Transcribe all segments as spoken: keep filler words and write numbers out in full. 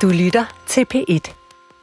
Du lytter til P et.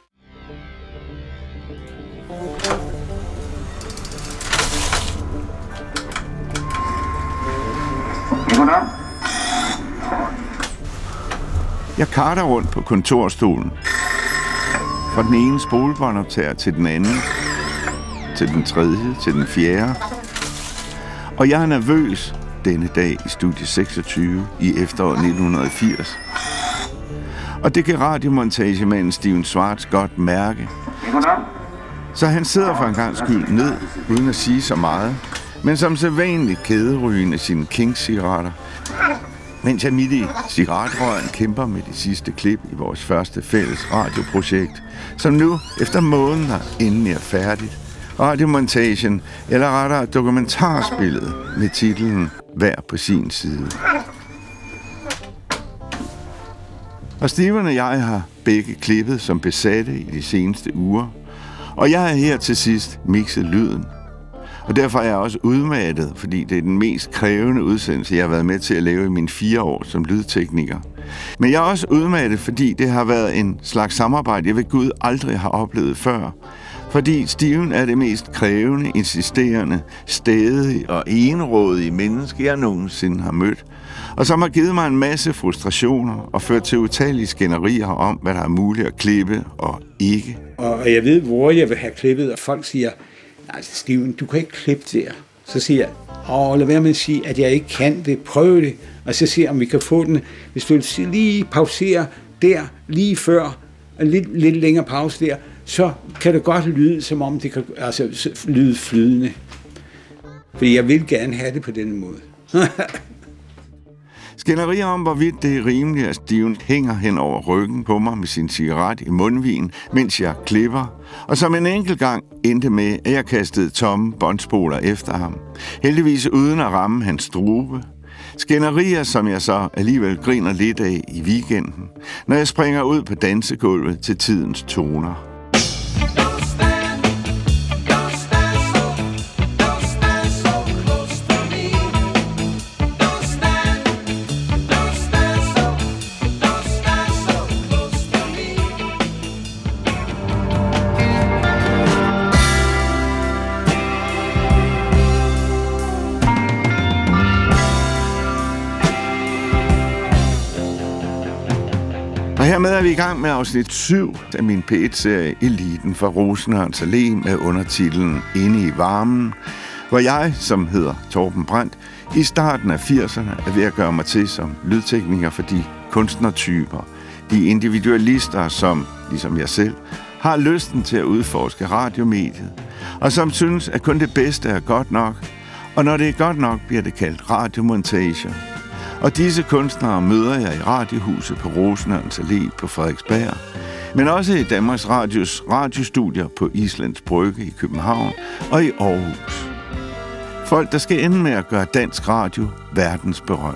Jeg karter rundt på kontorstolen. Fra den ene spolebåndoptager til den anden, til den tredje, til den fjerde. Og jeg er nervøs denne dag i studie seksogtyve i efteråret nitten firs. Og det kan radiomontagemanden Stephen Schwartz godt mærke. Så han sidder for en gang skyld ned, uden at sige så meget, men som sædvanligt kæderygende sine King-cigaretter, mens jeg midt i cigaretrøren kæmper med det sidste klip i vores første fælles radioprojekt, som nu, efter måneder, endelig er færdigt. Radiomontagen, eller rettere dokumentarspillet med titlen Hver på sin side. Og Steven og jeg har begge klippet som besatte i de seneste uger, og jeg har her til sidst mixet lyden. Og derfor er jeg også udmattet, fordi det er den mest krævende udsendelse, jeg har været med til at lave i mine fire år som lydtekniker. Men jeg er også udmattet, fordi det har været en slags samarbejde, jeg ved Gud aldrig har oplevet før. Fordi Steven er det mest krævende, insisterende, stædige og enrådige menneske, jeg nogensinde har mødt. Og som har givet mig en masse frustrationer og ført til utallige skænderier om, hvad der er muligt at klippe og ikke. Og jeg ved, hvor jeg vil have klippet, og folk siger, altså Steven, du kan ikke klippe der. Så siger jeg, åh, lad være med at sige, at jeg ikke kan det, prøv det. Og så siger jeg, om vi kan få den, hvis du lige pauserer der, lige før, en lidt, lidt længere pause der, så kan det godt lyde, som om det kan altså, lyde flydende. For jeg vil gerne have det på denne måde. Skænderier om, hvorvidt det er rimeligt, at Steven hænger hen over ryggen på mig med sin cigaret i mundvin, mens jeg klipper, og som en enkelt gang endte med, at jeg kastede tomme båndspoler efter ham. Heldigvis uden at ramme hans strube. Skænderier, som jeg så alligevel griner lidt af i weekenden, når jeg springer ud på dansegulvet til tidens toner. Og hermed er vi i gang med afsnit syv af min P et-serie Eliten fra Rosenørns Allé med undertitlen Inde i varmen, hvor jeg, som hedder Torben Brandt, i starten af firserne er ved at gøre mig til som lydtekniker for de kunstnertyper, de individualister, som, ligesom jeg selv, har lysten til at udforske radiomediet, og som synes, at kun det bedste er godt nok, og når det er godt nok, bliver det kaldt radiomontage. Og disse kunstnere møder jeg i Radiohuset på Rosenørns Allé på Frederiksberg, men også i Danmarks Radios radiostudier på Islands Brygge i København og i Aarhus. Folk, der skal ende med at gøre dansk radio verdensberømt.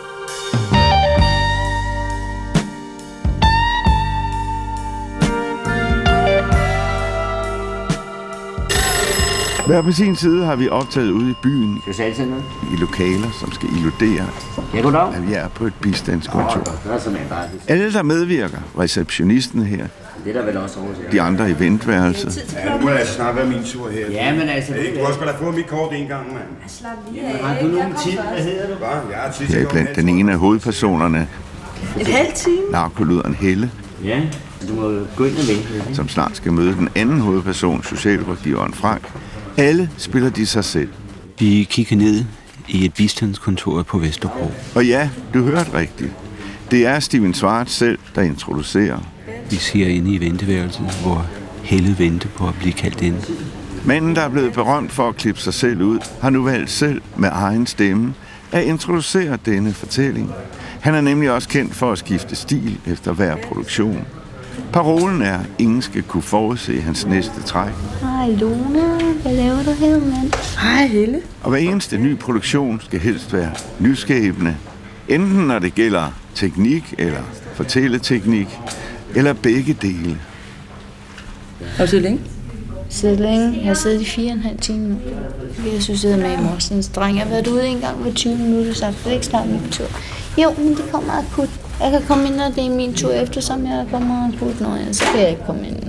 Hver på sin side har vi optaget ude i byen i lokaler, som skal illudere, at vi er på et bistandskontor. Alle, der medvirker, receptionisten her, det er der vel også over. De andre eventværelser. Ja, nu må det altså snart være min tur her. Ja, men altså... Hey, du har sgu da fået mit kort en gang, mand. Slap lige af. Har du nogen tid? Hvad hedder du? Hvad? Jeg er tid. Jeg er blandt den ene af hovedpersonerne. Et halvt time? Narkolyderen Helle. Ja, du må gå ind og vente. Som snart skal møde den anden hovedperson, socialrådgiveren Frank. Alle spiller de sig selv. Vi kigger ned i et bistandskontor på Vesterbro. Og ja, du hørte rigtigt. Det er Stephen Schwartz selv, der introducerer. Vi ser inde i venteværelset, hvor Helle venter på at blive kaldt ind. Manden, der er blevet berømt for at klippe sig selv ud, har nu valgt selv med egen stemme at introducere denne fortælling. Han er nemlig også kendt for at skifte stil efter hver produktion. Parolen er, at ingen skal kunne forudse hans næste træk. Hej Luna, hvad laver du her, mand? Hej Helle. Og hver eneste ny produktion skal helst være nyskabende. Enten når det gælder teknik eller fortælleteknik, eller begge dele. Har du siddet længe? Siddet længe. Jeg har siddet i fire og en halv time nu. Jeg synes, jeg med i morsens dreng. Jeg har været ude en gang med tyve minutter, så jeg ikke snart min tur. Jo, men det kommer akut. Jeg kan komme ind, når det er min tur, eftersom jeg kommer og putte noget, så kan jeg ikke komme ind nu.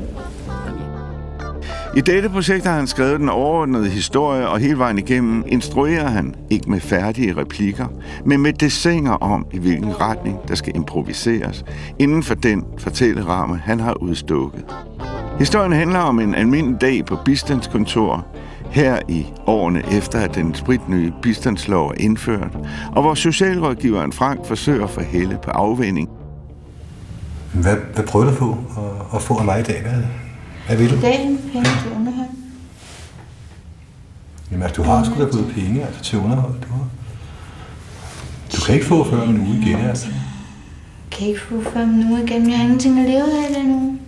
I dette projekt har han skrevet den overordnede historie, og hele vejen igennem instruerer han ikke med færdige replikker, men med dessiner om, i hvilken retning der skal improviseres, inden for den fortælleramme, han har udstukket. Historien handler om en almindelig dag på bistandskontor, her i årene efter, at den spritnye bistandslov er indført, og hvor socialrådgiveren Frank forsøger at få Helle på afvinding. Hvad, hvad prøver du på at, at få af mig i dag? Hvad, hvad vil du? I dag er penge til underhold. Jamen altså, du har sgu da fået penge altså, til underhold. Du, har. Du kan ikke få før en uge igen, altså. Jeg kan ikke få før en uge igen. Jeg har ingenting at leve af det nu.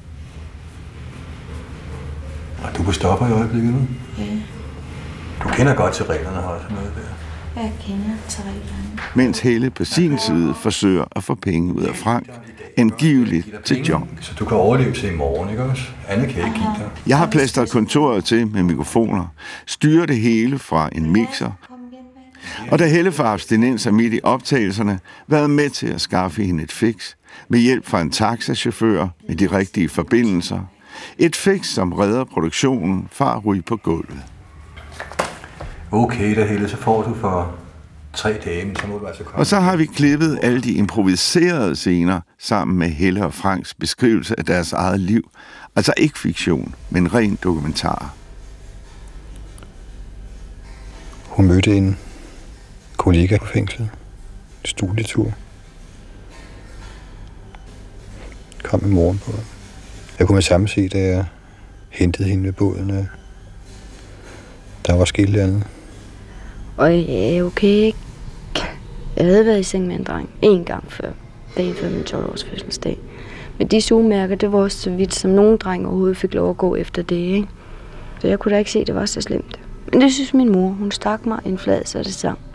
Og du kan stoppe i øjeblikket nu? Ja. Du kender godt til reglerne, har sådan noget der. Jeg kender til reglerne. Mens Helle på sin side forsøger at få penge ud af Frank, angiveligt til John. Så du kan overleve til i morgen, ikke også? Anne kan ikke give dig. Jeg har plastret kontoret til med mikrofoner, styrer det hele fra en mixer, og da Helle får abstinenser midt i optagelserne, været med til at skaffe hende et fix, med hjælp fra en taxachauffør med de rigtige forbindelser. Et fix, som redder produktionen fra at ryge på gulvet. Okay, da Helle, så får du for tre dage, men så må du altså komme. Og så har vi klippet alle de improviserede scener sammen med Helle og Franks beskrivelse af deres eget liv. Altså ikke fiktion, men ren dokumentar. Hun mødte en kollega på fængslet. Studietur. Kom i morgen på. Jeg kunne med samme se, da jeg hentede hende ved båden. Der var sket andet. Og ja, okay, ikke? Jeg havde været i seng med en dreng en gang før, dagen før min tolv-års fødselsdag. Men de sugemærker, det var også så vidt, som nogen dreng overhovedet fik lov at gå efter det, ikke? Så jeg kunne da ikke se, at det var så slemt. Men det synes min mor. Hun stak mig en flad, så det sang.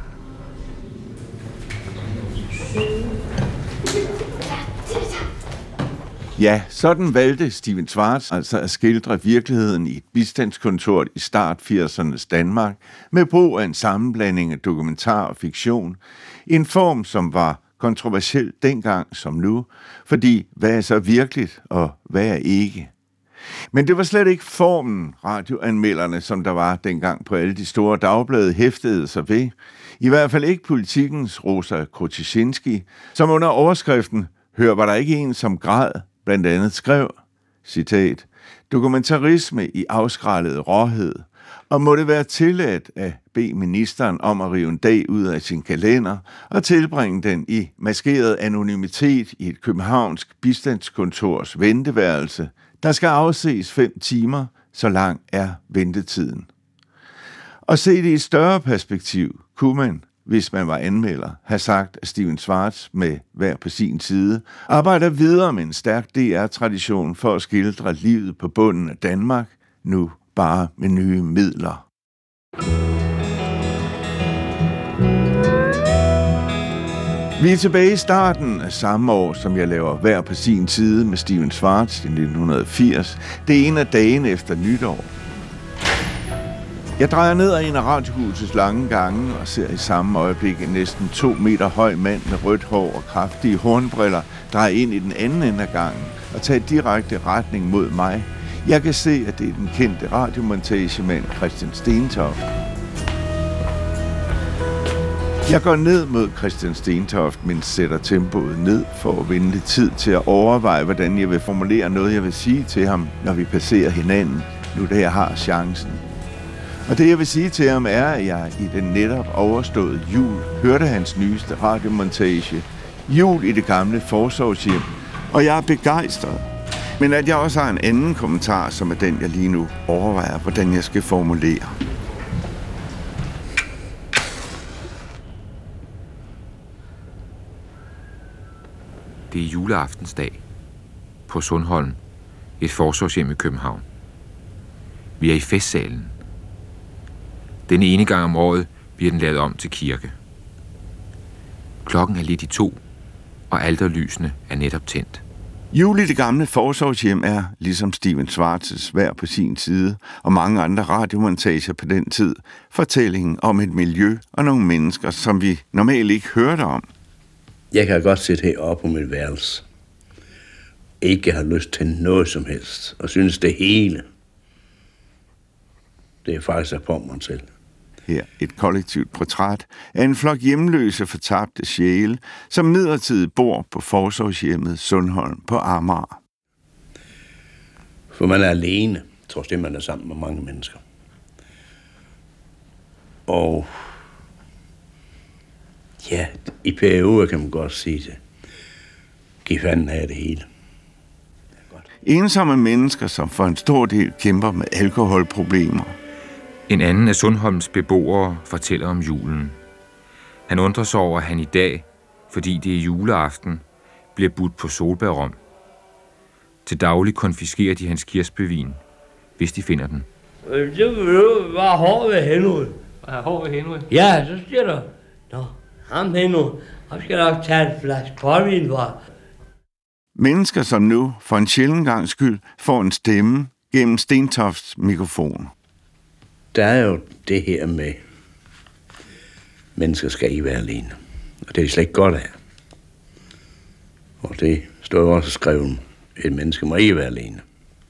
Ja, sådan valgte Stephen Schwartz altså at skildre virkeligheden i et bistandskontor i start firsernes Danmark med brug af en sammenblanding af dokumentar og fiktion, en form, som var kontroversiel dengang som nu, fordi hvad er så virkeligt og hvad er ikke? Men det var slet ikke formen, radioanmelderne, som der var dengang på alle de store dagblade, hæftede sig ved. I hvert fald ikke Politikens Rosa Krutischinski, som under overskriften "Hør, var der ikke en, som græd?" blandt andet skrev, citat, dokumentarisme i afskrællet råhed, og må det være tilladt at bede ministeren om at rive en dag ud af sin kalender og tilbringe den i maskeret anonymitet i et københavnsk bistandskontors venteværelse, der skal afses fem timer, så lang er ventetiden. Og se det i et større perspektiv, kunne man, hvis man var anmelder, have sagt, at Stephen Schwartz med hver på sin side arbejder videre med en stærk D R-tradition for at skildre livet på bunden af Danmark, nu bare med nye midler. Vi er tilbage i starten af samme år, som jeg laver hver på sin side med Stephen Schwartz i nitten firs. Det er en af dagene efter nytår. Jeg drejer ned ad en af radiohusets lange gange og ser i samme øjeblik en næsten to meter høj mand med rødt hår og kraftige hornbriller dreje ind i den anden ende af gangen og tage direkte retning mod mig. Jeg kan se, at det er den kendte radiomontagemand Christian Stentoft. Jeg går ned mod Christian Stentoft, men sætter tempoet ned for at vinde lidt tid til at overveje, hvordan jeg vil formulere noget, jeg vil sige til ham, når vi passerer hinanden, nu da jeg har chancen. Og det, jeg vil sige til ham, er, at jeg i den netop overståede jul hørte hans nyeste radiomontage, Jul i det gamle forsorgshjem, og jeg er begejstret. Men at jeg også har en anden kommentar, som er den, jeg lige nu overvejer, hvordan jeg skal formulere. Det er juleaftensdag på Sundholm, et forsorgshjem i København. Vi er i festsalen. Den ene gang om året bliver den lavet om til kirke. Klokken er lidt i to, og alterlysene er netop tændt. Jul i det gamle forsorgshjem er, ligesom Stephen Schwartz's hver på sin side, og mange andre radiomontager på den tid, fortællingen om et miljø og nogle mennesker, som vi normalt ikke hørte om. Jeg kan godt sidde heroppe på mit værelse. Ikke har lyst til noget som helst. Og synes det hele, det er faktisk af pommeren selv. Her et kollektivt portræt af en flok hjemløse fortabte sjæle, som midlertidigt bor på forsorgshjemmet Sundholm på Amager. For man er alene, trods det man er sammen med mange mennesker. Og ja, i perioder kan man godt sige det. Giv fanden af det hele. Ensomme mennesker, som for en stor del kæmper med alkoholproblemer. En anden af Sundholms beboere fortæller om julen. Han undrer sig over, at han i dag, fordi det er juleaften, bliver budt på solbærrom. Til daglig konfiskerer de hans kirsebærvin, hvis de finder den. Det var hård ved Henry. Var hård ved Henry? Ja, så siger der, nå, ham Henry, han skal nok tage en flaske porvin for. Mennesker, som nu for en sjælden gang skyld får en stemme gennem Stentofts mikrofon. Der er jo det her med, mennesker skal ikke være alene. Og det er slet ikke godt af. Og det står jo også skrevet, et menneske må ikke være alene.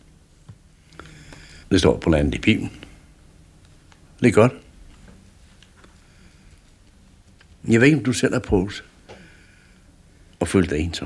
Det står på landet i Bibelen. Det er godt. Jeg ved ikke, om du selv har prøvet at føle dig ensom.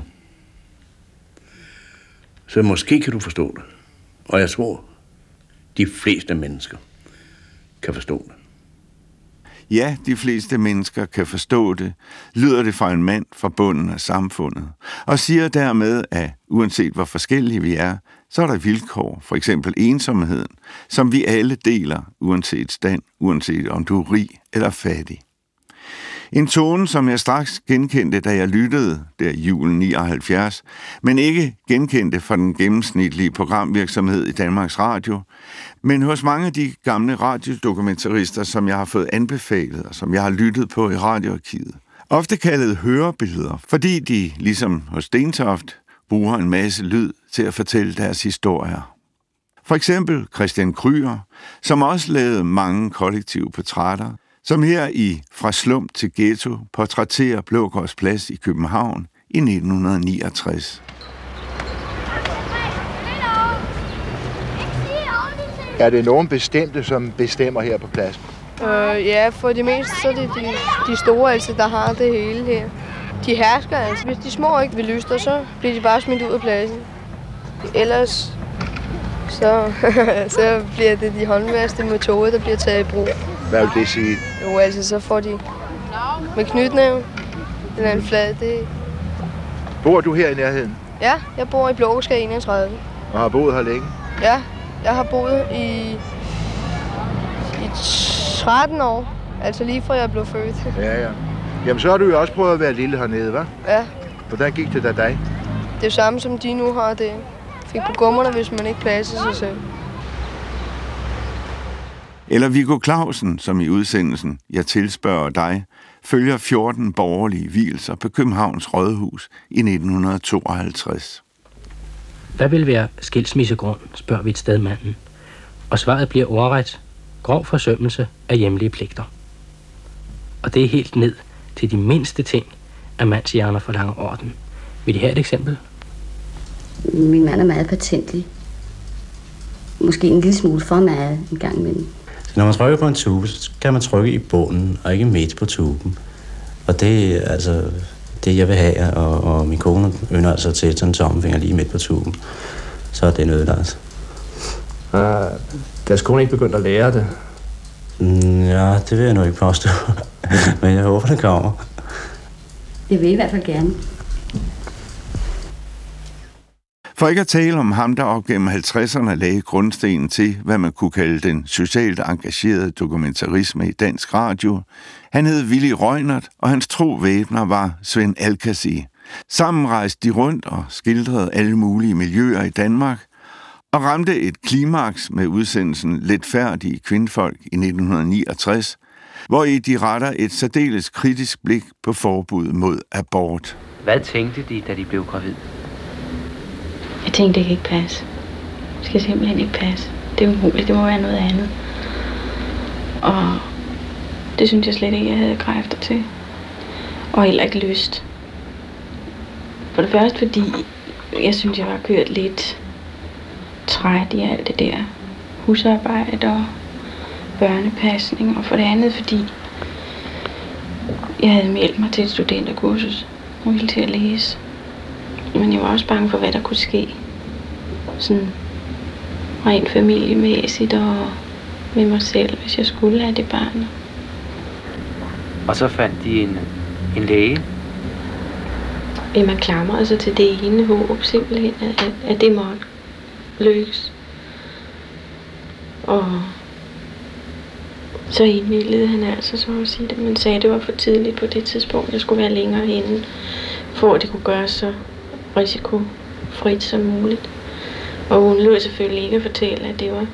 Så måske kan du forstå det. Og jeg tror, de fleste mennesker kan forstå det. Ja, de fleste mennesker kan forstå det, lyder det fra en mand fra bunden af samfundet, og siger dermed, at uanset hvor forskellige vi er, så er der vilkår, for eksempel ensomheden, som vi alle deler, uanset stand, uanset om du er rig eller fattig. En tone, som jeg straks genkendte, da jeg lyttede der i julen nioghalvfjerds, men ikke genkendte fra den gennemsnitlige programvirksomhed i Danmarks Radio, men hos mange af de gamle radiodokumentarister, som jeg har fået anbefalet og som jeg har lyttet på i radioarkivet. Ofte kaldet hørebilleder, fordi de, ligesom hos Stentoft, bruger en masse lyd til at fortælle deres historier. For eksempel Christian Kryer, som også lavede mange kollektive portrætter, som her i Fra slum til ghetto portrætterer Blågårds Plads i København i nitten niogtres. Er det nogen bestemte, som bestemmer her på pladsen? Øh, ja, for det meste så er det de, de store, altså, der har det hele her. De hersker altså. Hvis de små ikke vil lyste, så bliver de bare smidt ud af pladsen. Ellers så, så bliver det de håndvaste metoder, der bliver taget i brug. Hvad vil det sige? Jo, altså så får de med knytnæven eller en flad. Det... Bor du her i nærheden? Ja, jeg bor i Blågårdsgade enogtredive. Og har boet her længe? Ja, jeg har boet i, i tretten år, altså lige fra jeg blev født. Ja, ja. Jamen så har du jo også prøvet at være lille hernede, hva'? Ja. Hvordan gik det da dig? Det er samme som de nu har det. Fik på gummerne, hvis man ikke passer sig selv. Eller Viggo Clausen, som i udsendelsen Jeg tilspørger dig, følger fjorten borgerlige vielser på Københavns Rådhus i nitten tooghalvtreds. Hvad vil være skilsmissegrund, spørger vi et sted manden. Og svaret bliver ordret, grov forsømmelse af hjemlige pligter. Og det er helt ned til de mindste ting, at mandshjerner forlanger orden. Vil I have et eksempel? Min mand er meget patentlig. Måske en lille smule for meget en gang imellem. Så når man trykker på en tube, så kan man trykke i bunden, og ikke midt på tuben. Og det er altså det, jeg vil have, og, og min kone ønsker altså til sådan en tommelfinger lige midt på tuben. Så er det noget, der altså. Ah, deres kone ikke begyndt at lære det? Mm, ja, det vil jeg nu ikke påstå. Men jeg håber, det kommer. Jeg vil i hvert fald gerne. For ikke at tale om ham, der op gennem halvtredserne lagde grundstenen til, hvad man kunne kalde den socialt engagerede dokumentarisme i dansk radio. Han hed Willy Røgnert, og hans tro væbner var Svend Alkassi. Sammen rejste de rundt og skildrede alle mulige miljøer i Danmark, og ramte et klimaks med udsendelsen Letfærdige Kvindfolk i nitten niogtres, hvor i de retter et særdeles kritisk blik på forbud mod abort. Hvad tænkte de, da de blev gravid? Jeg tænkte, det kan ikke passe. Det skal simpelthen ikke passe. Det er umuligt, det må være noget andet. Og det synes jeg slet ikke, jeg havde kræfter til. Og heller ikke lyst. For det første, fordi jeg synes, jeg var kørt lidt træt i alt det der husarbejde og børnepasning. Og for det andet, fordi jeg havde meldt mig til et studenterkursus og ville til at læse. Men jeg var også bange for, hvad der kunne ske. Sådan rent familiemæssigt og med mig selv, hvis jeg skulle have det barn. Og så fandt de en, en læge. Emma klamrede sig til det ene håb, simpelthen, at, at det måtte lykkes. Og så indvildede han altså, så at sige det. Man sagde, at det var for tidligt på det tidspunkt. Jeg skulle være længere inde, for at det kunne gøres så risikofrit som muligt. Og hun lød selvfølgelig ikke at fortælle, at det var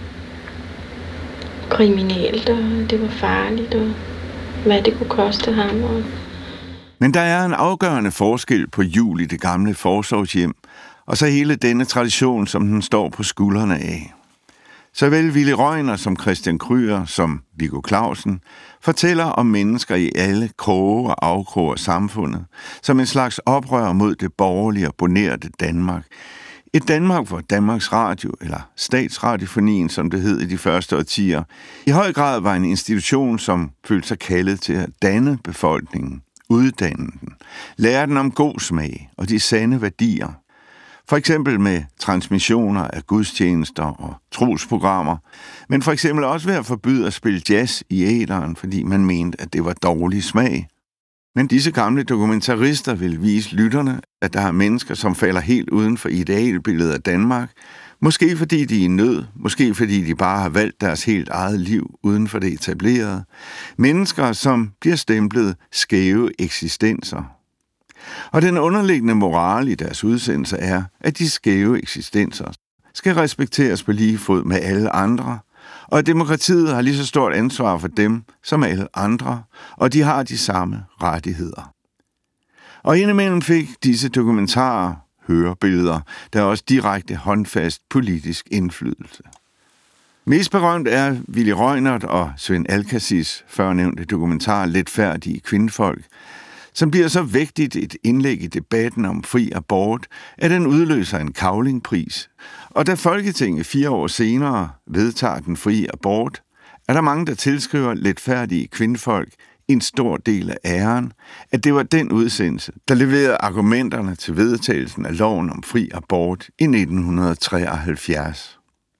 kriminelt, og det var farligt, og hvad det kunne koste ham. Og Men der er en afgørende forskel på Jul i det gamle forsorgshjem, og så hele denne tradition, som den står på skuldrene af. Såvel Willy Reuner som Christian Krüger som Viggo Clausen fortæller om mennesker i alle kroge og afkroge af samfundet, som en slags oprør mod det borgerlige og bonerte Danmark. Et Danmark, hvor Danmarks Radio, eller Statsradiofonien, som det hed i de første årtier, i høj grad var en institution, som følte sig kaldet til at danne befolkningen, uddanne den, lære den om god smag og de sande værdier. For eksempel med transmissioner af gudstjenester og trosprogrammer, men for eksempel også ved at forbyde at spille jazz i æteren, fordi man mente, at det var dårlig smag. Men disse gamle dokumentarister vil vise lytterne, at der er mennesker, som falder helt uden for idealbilledet af Danmark, måske fordi de er i nød, måske fordi de bare har valgt deres helt eget liv uden for det etablerede. Mennesker, som bliver stemplet skæve eksistenser. Og den underliggende moral i deres udsendelse er, at de skæve eksistenser skal respekteres på lige fod med alle andre, og at demokratiet har lige så stort ansvar for dem som alle andre, og de har de samme rettigheder. Og indimellem fik disse dokumentarer, hørebilleder, der også direkte håndfast politisk indflydelse. Mest berømt er Willy Reunert og Svend Alkasis førnævnte dokumentar Letfærdige Kvindefolk, som bliver så vigtigt et indlæg i debatten om fri abort, at den udløser en Cavlingpris. Og da Folketinget fire år senere vedtager den frie abort, er der mange, der tilskriver Letfærdige Kvindefolk en stor del af æren, at det var den udsendelse, der leverede argumenterne til vedtagelsen af loven om fri abort i nitten treoghalvfjerds.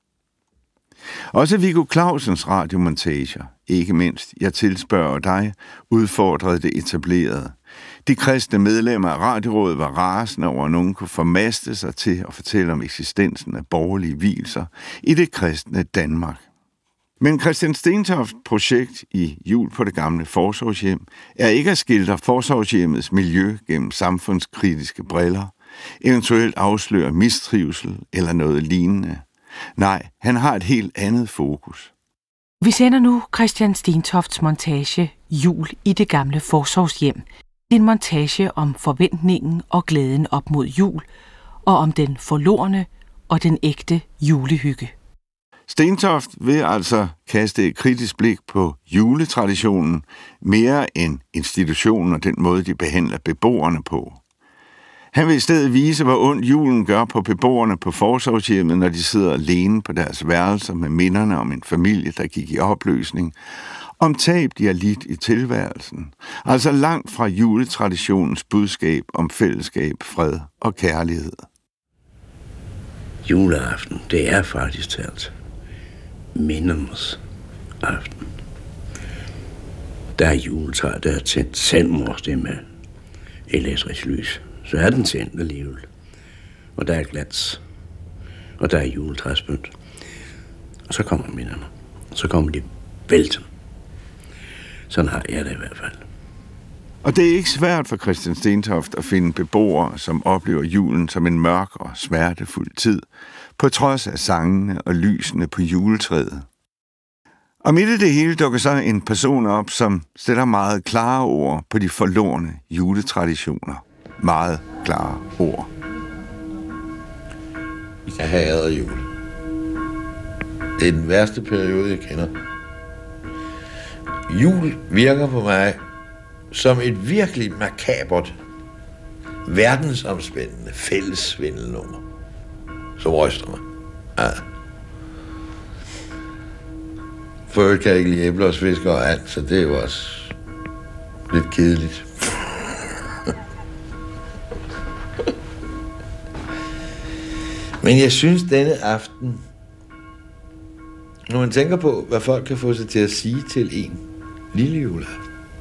Også Viggo Clausens radiomontager, ikke mindst Jeg tilspørger dig, udfordrede det etablerede. De kristne medlemmer af Radiorådet var rasende over, at nogen kunne formaste sig til at fortælle om eksistensen af borgerlige vielser i det kristne Danmark. Men Christian Stentoft projekt i Jul på det gamle forsorgshjem er ikke at skildre forsorgshjemmets miljø gennem samfundskritiske briller, eventuelt afsløre mistrivsel eller noget lignende. Nej, han har et helt andet fokus. Vi sender nu Christian Stentofts montage Jul i det gamle forsorgshjem. En montage om forventningen og glæden op mod jul, og om den forlorne og den ægte julehygge. Stentoft vil altså kaste et kritisk blik på juletraditionen mere end institutionen og den måde, de behandler beboerne på. Han vil i stedet vise, hvor ondt julen gør på beboerne på forsorgshjemmet, når de sidder alene på deres værelser med minderne om en familie, der gik i opløsning, om tab, de har lidt i tilværelsen. Altså langt fra juletraditionens budskab om fællesskab, fred og kærlighed. Juleaften, det er faktisk talt mindernes aften. Der er juletræ, der er tændt sandmors det med elektrisk lys. Så er den tændt alligevel. Og der er glans. Og der er juletræspynt. Og så kommer minderne. Og så kommer de vælten. Sådan har jeg det i hvert fald. Og det er ikke svært for Christian Stentoft at finde beboere, som oplever julen som en mørk og smertefuld tid, på trods af sangene og lysene på juletræet. Og midt i det hele dukker så en person op, som sætter meget klare ord på de forlorne juletraditioner. Meget klare ord. Jeg hader jul. Det er den værste periode, jeg kender. Jul virker på mig som et virkelig makabert verdensomspændende fælles svindelnummer, som ryster mig. Ja. For øvrigt kan jeg ikke lide æbler og svisker og alt, så det er jo også lidt kedeligt. Men jeg synes, denne aften, når man tænker på, hvad folk kan få sig til at sige til en lille juleaften,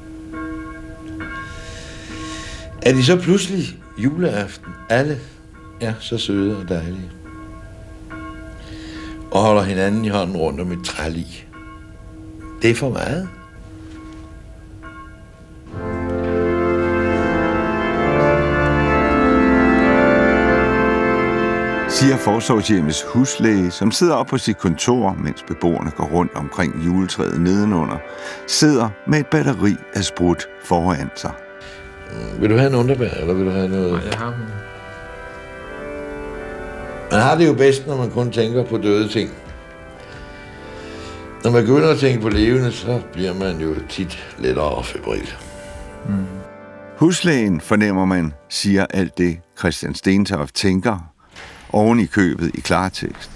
er de så pludselig juleaften, alle er så søde og dejlige, og holder hinanden i hånden rundt om et trælig. Det er for meget. Siger forsorgshjemmets huslæge, som sidder op på sit kontor, mens beboerne går rundt omkring juletræet nedenunder, sidder med et batteri af sprut foran sig. Vil du have en underbær, eller vil du have noget? Nej, jeg har dem. Man har det jo bedst, når man kun tænker på døde ting. Når man begynder at tænke på levende, så bliver man jo tit lettere febril. Mm. Huslægen, fornemmer man, siger alt det, Christian Stentoft tænker, oven i købet i klartekst.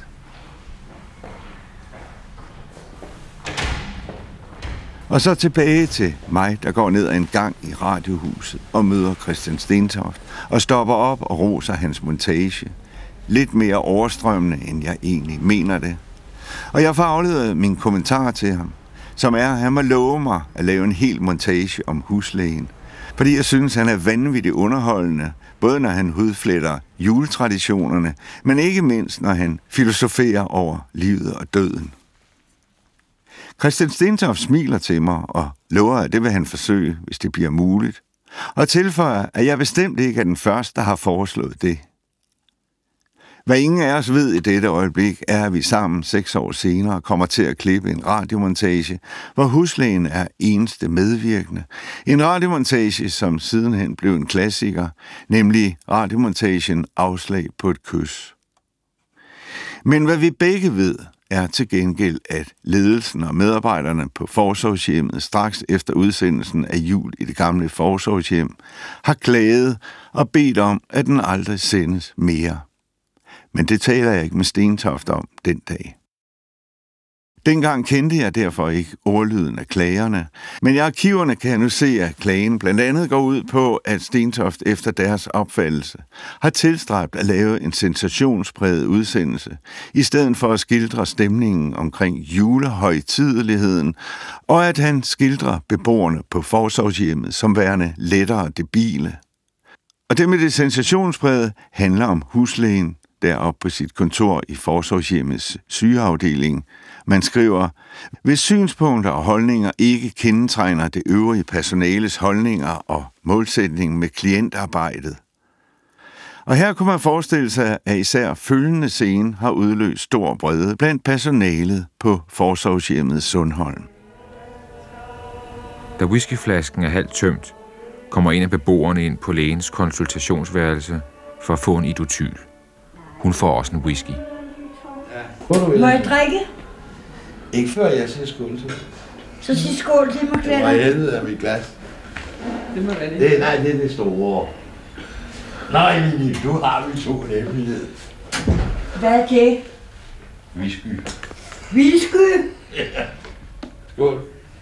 Og så tilbage til mig, der går ned ad en gang i radiohuset og møder Christian Stentoft og stopper op og roser hans montage. Lidt mere overstrømmende, end jeg egentlig mener det. Og jeg får afleveret min kommentar til ham, som er, at han må love mig at lave en hel montage om huslægen. Fordi jeg synes, han er vanvittigt underholdende, både når han hudfletter juletraditionerne, men ikke mindst, når han filosoferer over livet og døden. Christian Stentoft smiler til mig og lover, at det vil han forsøge, hvis det bliver muligt, og tilføjer, at jeg bestemt ikke er den første, der har foreslået det. Hvad ingen af os ved i dette øjeblik, er, at vi sammen seks år senere kommer til at klippe en radiomontage, hvor huslægen er eneste medvirkende. En radiomontage, som sidenhen blev en klassiker, nemlig radiomontagen Afslag på et kys. Men hvad vi begge ved, er til gengæld, at ledelsen og medarbejderne på forsorgshjemmet straks efter udsendelsen af Jul i det gamle forsorgshjem har klaget og bedt om, at den aldrig sendes mere. Men det taler jeg ikke med Stentoft om den dag. Dengang kendte jeg derfor ikke ordlyden af klagerne, men i arkiverne kan jeg nu se, at klagen blandt andet går ud på, at Stentoft efter deres opfattelse har tilstræbt at lave en sensationspræget udsendelse, i stedet for at skildre stemningen omkring julehøjtideligheden, og at han skildrer beboerne på forsorgshjemmet som værende lettere debile. Og det med det sensationspræget handler om huslægen, deroppe på sit kontor i forsorgshjemmets sygeafdeling. Man skriver, hvis synspunkter og holdninger ikke kendetegner det øvrige personales holdninger og målsætning med klientarbejdet. Og her kunne man forestille sig, at især følgende scene har udløst stor vrede blandt personalet på forsorgshjemmet Sundholm. Da whiskyflasken er halvt tømt, kommer en af beboerne ind på lægens konsultationsværelse for at få en idotyl. Hun får også en whisky. Ja. Må jeg drikke? Ikke før jeg siger skål til. Så sig skål til mig, Kletter. Det var helvede af mit glas. Det må være det. det. Nej, det er det store. Nej, Lili, du har vi to hemmelighed. Hvad er det? Whisky. Whisky? Ja. Skål.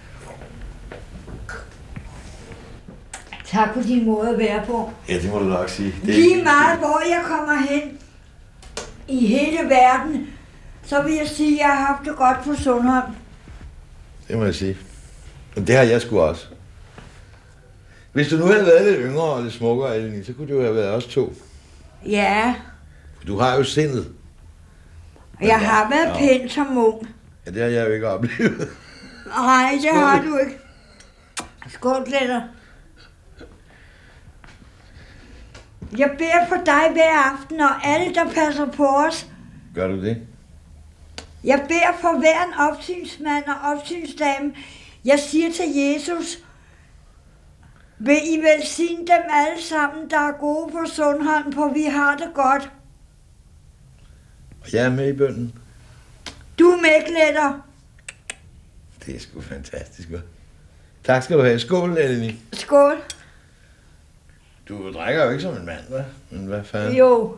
Tak for din måde at være på. Ja, det må du nok sige. Det Lige meget, hvor jeg kommer hen i hele verden, så vil jeg sige, at jeg har haft det godt på Sundholm. Det må jeg sige. Men det har jeg sgu også. Hvis du nu havde været lidt yngre og lidt smukkere, Eleni, så kunne du jo have været os to. Ja. Du har jo sindet. Og jeg har været ja. pæn som ung. Ja, det har jeg jo ikke oplevet. Nej, det Skål. har du ikke. Skål, Kletter. Jeg beder for dig hver aften, og alle, der passer på os. Gør du det? Jeg beder for hver en opsynsmand og opsynsdame. Jeg siger til Jesus, vil I velsigne dem alle sammen, der er gode på Sundholm, for vi har det godt. Og jeg er med i bønnen. Du er med, Kletter. Det er sgu fantastisk, hva'? Tak skal du have. Skål, Eleni. Skål. Du drikker jo ikke som en mand, hva'? Men hvad fanden? Jo.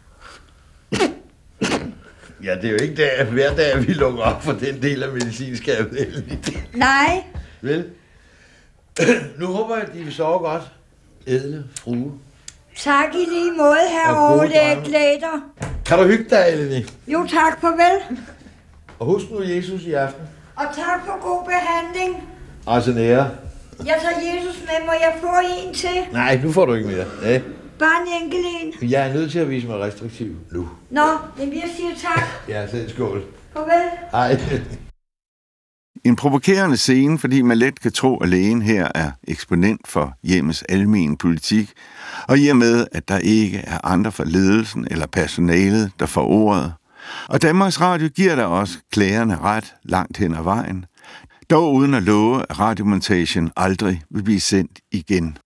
Ja, det er jo ikke der, hver dag, vi lukker op for den del af medicinskabet. Nej. Vel? Nu håber jeg, at de vil sove godt. Ædle frue. Tak i lige måde, herovre, det er glæder. Kan du hygge dig, Eleni? Jo tak, farvel. Og husk nu Jesus i aften. Og tak for god behandling. Altså nære. Jeg tager Jesus med, må jeg få en til? Nej, nu får du ikke mere. Nej. Bare en enkelt en. Jeg er nødt til at vise mig restriktiv nu. Nå, men jeg siger tak. Ja, så skål. Farvel. Hej. En provokerende scene, fordi man let kan tro, at lægen her er eksponent for hjemmets almen politik, og i og med, at der ikke er andre fra ledelsen eller personalet, der får ordet. Og Danmarks Radio giver der også klagerne ret langt hen ad vejen, dog uden at love, at radiomontagen aldrig vil blive sendt igen.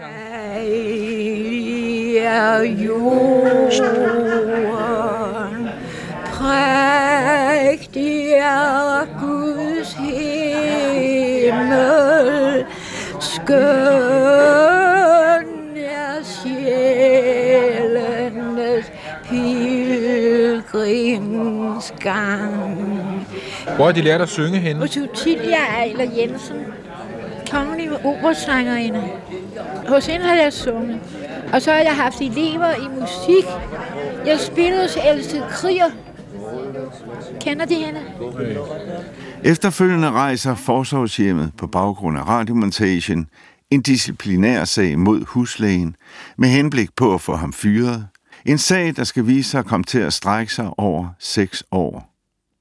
Er jorden, prægtig er Guds himmel, skøn er sjælenes pilgrimsgang. Hvor har de lært at synge henne? Hos Utilia Ejler Jensen, kongelig operasangerinde. Hos hende har jeg sunget. Og så har jeg haft elever i musik. Jeg spillede hos Else Kriger. Kender de hende? Efterfølgende rejser Forsorgshjemmet på baggrund af radiomontagen en disciplinær sag mod huslægen med henblik på at få ham fyret. En sag, der skal vise sig at komme til at strække sig over seks år.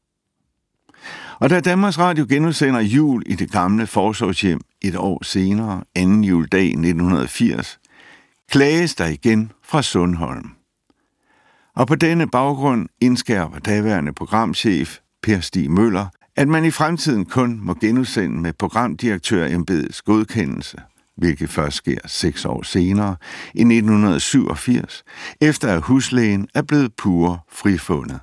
Og da Danmarks Radio genudsender Jul i det gamle Forsorgshjem et år senere, anden juledag nitten firs, klages der igen fra Sundholm. Og på denne baggrund indskærper daværende programchef Per Stig Møller, at man i fremtiden kun må genudsende med programdirektørembedets godkendelse, hvilket først sker seks år senere, i nitten syvogfirs, efter at huslægen er blevet pure frifundet.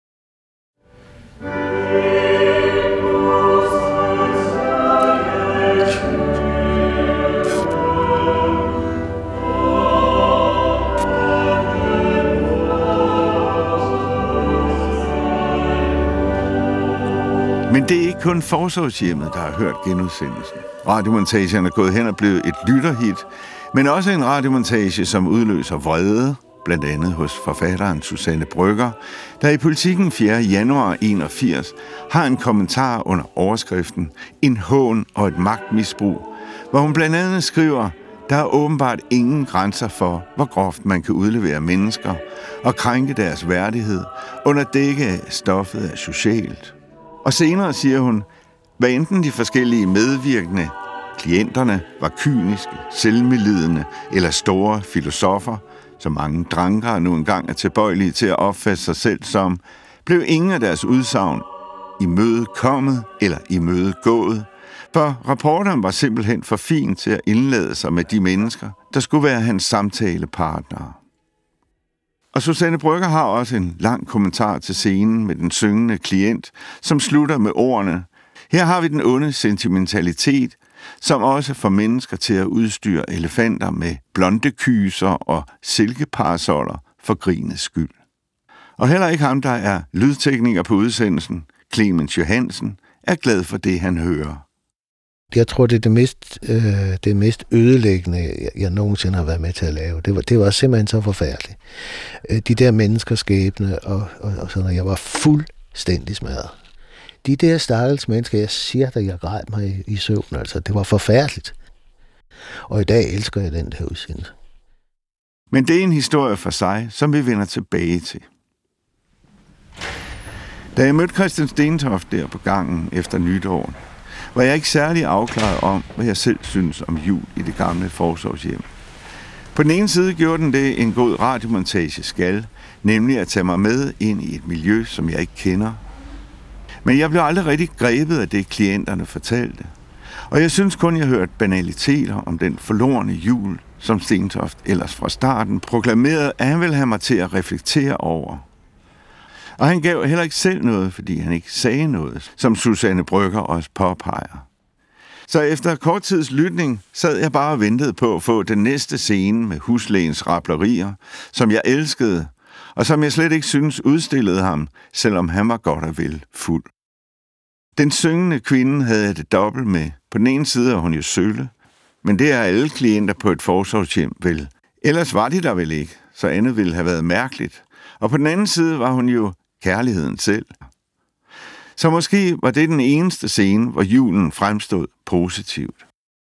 Men det er ikke kun Forsorgshjemmet, der har hørt genudsendelsen. Radiomontagen er gået hen og blevet et lytterhit, men også en radiomontage, som udløser vrede, blandt andet hos forfatteren Susanne Brøgger, der i Politiken fjerde januar enogfirs har en kommentar under overskriften En hån og et magtmisbrug, hvor hun blandt andet skriver, der er åbenbart ingen grænser for, hvor groft man kan udlevere mennesker og krænke deres værdighed under dække af stoffet er socialt. Og senere siger hun, hvad enten de forskellige medvirkende, klienterne, var kyniske, selvmedlidende eller store filosofer, som mange drankere nu engang er tilbøjelige til at opfatte sig selv som, blev ingen af deres udsagn imødekommet eller imødegået, for rapporteren var simpelthen for fin til at indlade sig med de mennesker, der skulle være hans samtalepartnere. Og Susanne Brøgger har også en lang kommentar til scenen med den syngende klient, som slutter med ordene: her har vi den onde sentimentalitet, som også får mennesker til at udstyre elefanter med blonde kyser og silkeparasoller for grinets skyld. Og heller ikke ham, der er lydtekniker på udsendelsen, Clemens Johansen, er glad for det, han hører. Jeg tror, det er det mest, øh, det mest ødelæggende, jeg, jeg nogensinde har været med til at lave. Det var, det var simpelthen så forfærdeligt. Øh, de der menneskers skæbne og, og, og sådan noget, jeg var fuldstændig smadret. De der stakkels mennesker, jeg siger, at jeg græd mig i, i søvn, altså, det var forfærdeligt. Og i dag elsker jeg den der udsendelse. Men det er en historie for sig, som vi vender tilbage til. Da jeg mødte Christian Stentoft der på gangen efter nytår, var jeg ikke særlig afklaret om, hvad jeg selv synes om jul i det gamle Forsorgshjem. På den ene side gjorde den det, en god radiomontage skal, nemlig at tage mig med ind i et miljø, som jeg ikke kender. Men jeg blev aldrig rigtig grebet af det, klienterne fortalte. Og jeg synes kun, jeg hørte banaliteter om den forlorne jul, som Stentoft ellers fra starten proklamerede, at han ville have mig til at reflektere over. Og han gav heller ikke selv noget, fordi han ikke sagde noget, som Susanne Brøgger også påpeger. Så efter kort tids lytning sad jeg bare og ventede på at få den næste scene med huslægens rablerier, som jeg elskede, og som jeg slet ikke synes udstillede ham, selvom han var godt og vel fuld. Den syngende kvinde havde jeg det dobbelt med. På den ene side er hun jo sølle, men det er alle klienter på et forsorgshjem vel. Ellers var de der vel ikke, så andet ville have været mærkeligt. Og på den anden side var hun jo kærligheden selv. Så måske var det den eneste scene, hvor julen fremstod positivt.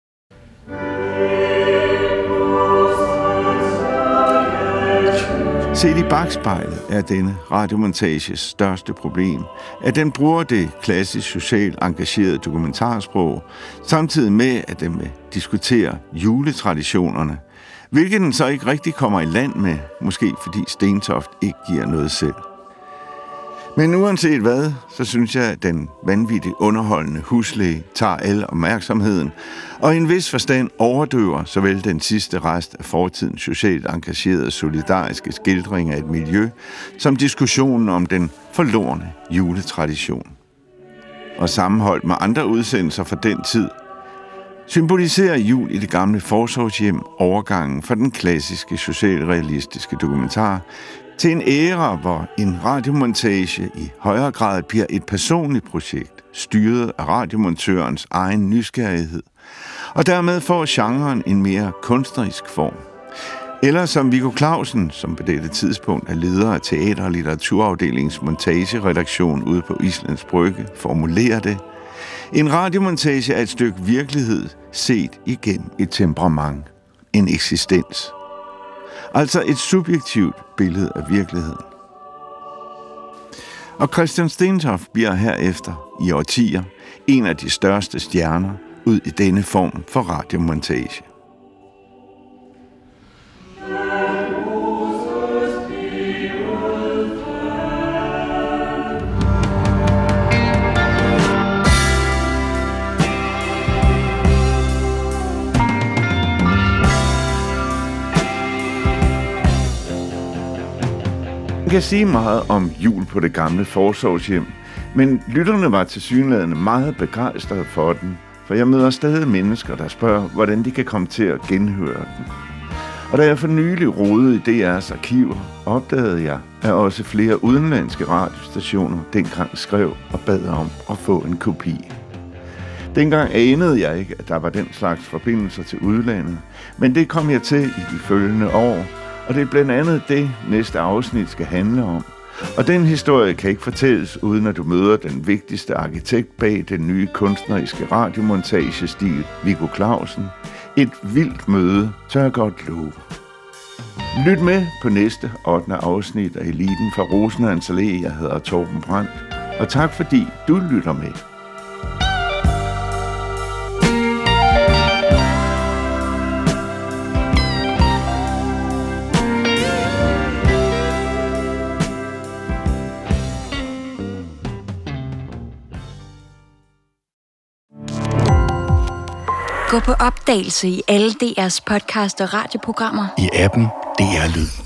Set i bagspejlet er denne radiomontages største problem, at den bruger det klassisk socialt engagerede dokumentarsprog, samtidig med, at den vil diskutere juletraditionerne, hvilket den så ikke rigtig kommer i land med, måske fordi Stentoft ikke giver noget selv. Men uanset hvad, så synes jeg, at den vanvittigt underholdende huslæge tager al opmærksomheden, og i en vis forstand overdøver såvel den sidste rest af fortidens socialt engagerede solidariske skildring af et miljø, som diskussionen om den forlorne juletradition. Og sammenholdt med andre udsendelser fra den tid, symboliserer Jul i det gamle forsorgshjem overgangen fra den klassiske socialrealistiske dokumentar til en æra, hvor en radiomontage i højere grad bliver et personligt projekt, styret af radiomontørens egen nysgerrighed, og dermed får genren en mere kunstnerisk form. Eller som Viggo Clausen, som på dette tidspunkt er leder af teater- og litteraturafdelingens montageredaktion ude på Islands Brygge, formulerer det: en radiomontage er et stykke virkelighed set igennem et temperament, en eksistens. Altså et subjektivt billede af virkeligheden. Og Christian Stentoft bliver herefter i årtier en af de største stjerner ud i denne form for radiomontage. Man kan sige meget om jul på det gamle forsorgshjem, men lytterne var tilsyneladende meget begejstrede for den, for jeg møder stadig mennesker, der spørger, hvordan de kan komme til at genhøre den. Og da jeg for nylig rodede i D R's arkiver, opdagede jeg, at også flere udenlandske radiostationer dengang skrev og bad om at få en kopi. Dengang anede jeg ikke, at der var den slags forbindelser til udlandet, men det kom jeg til i de følgende år, og det er blandt andet det, næste afsnit skal handle om. Og den historie kan ikke fortælles, uden at du møder den vigtigste arkitekt bag den nye kunstneriske radiomontagestil, Viggo Clausen. Et vildt møde, tør jeg godt love. Lyt med på næste ottende afsnit af Eliten fra Rosenhans Allé. Jeg hedder Torben Brandt, og tak fordi du lytter med. Gå på opdagelse i alle D R's podcast og radioprogrammer. I appen D R Lyd.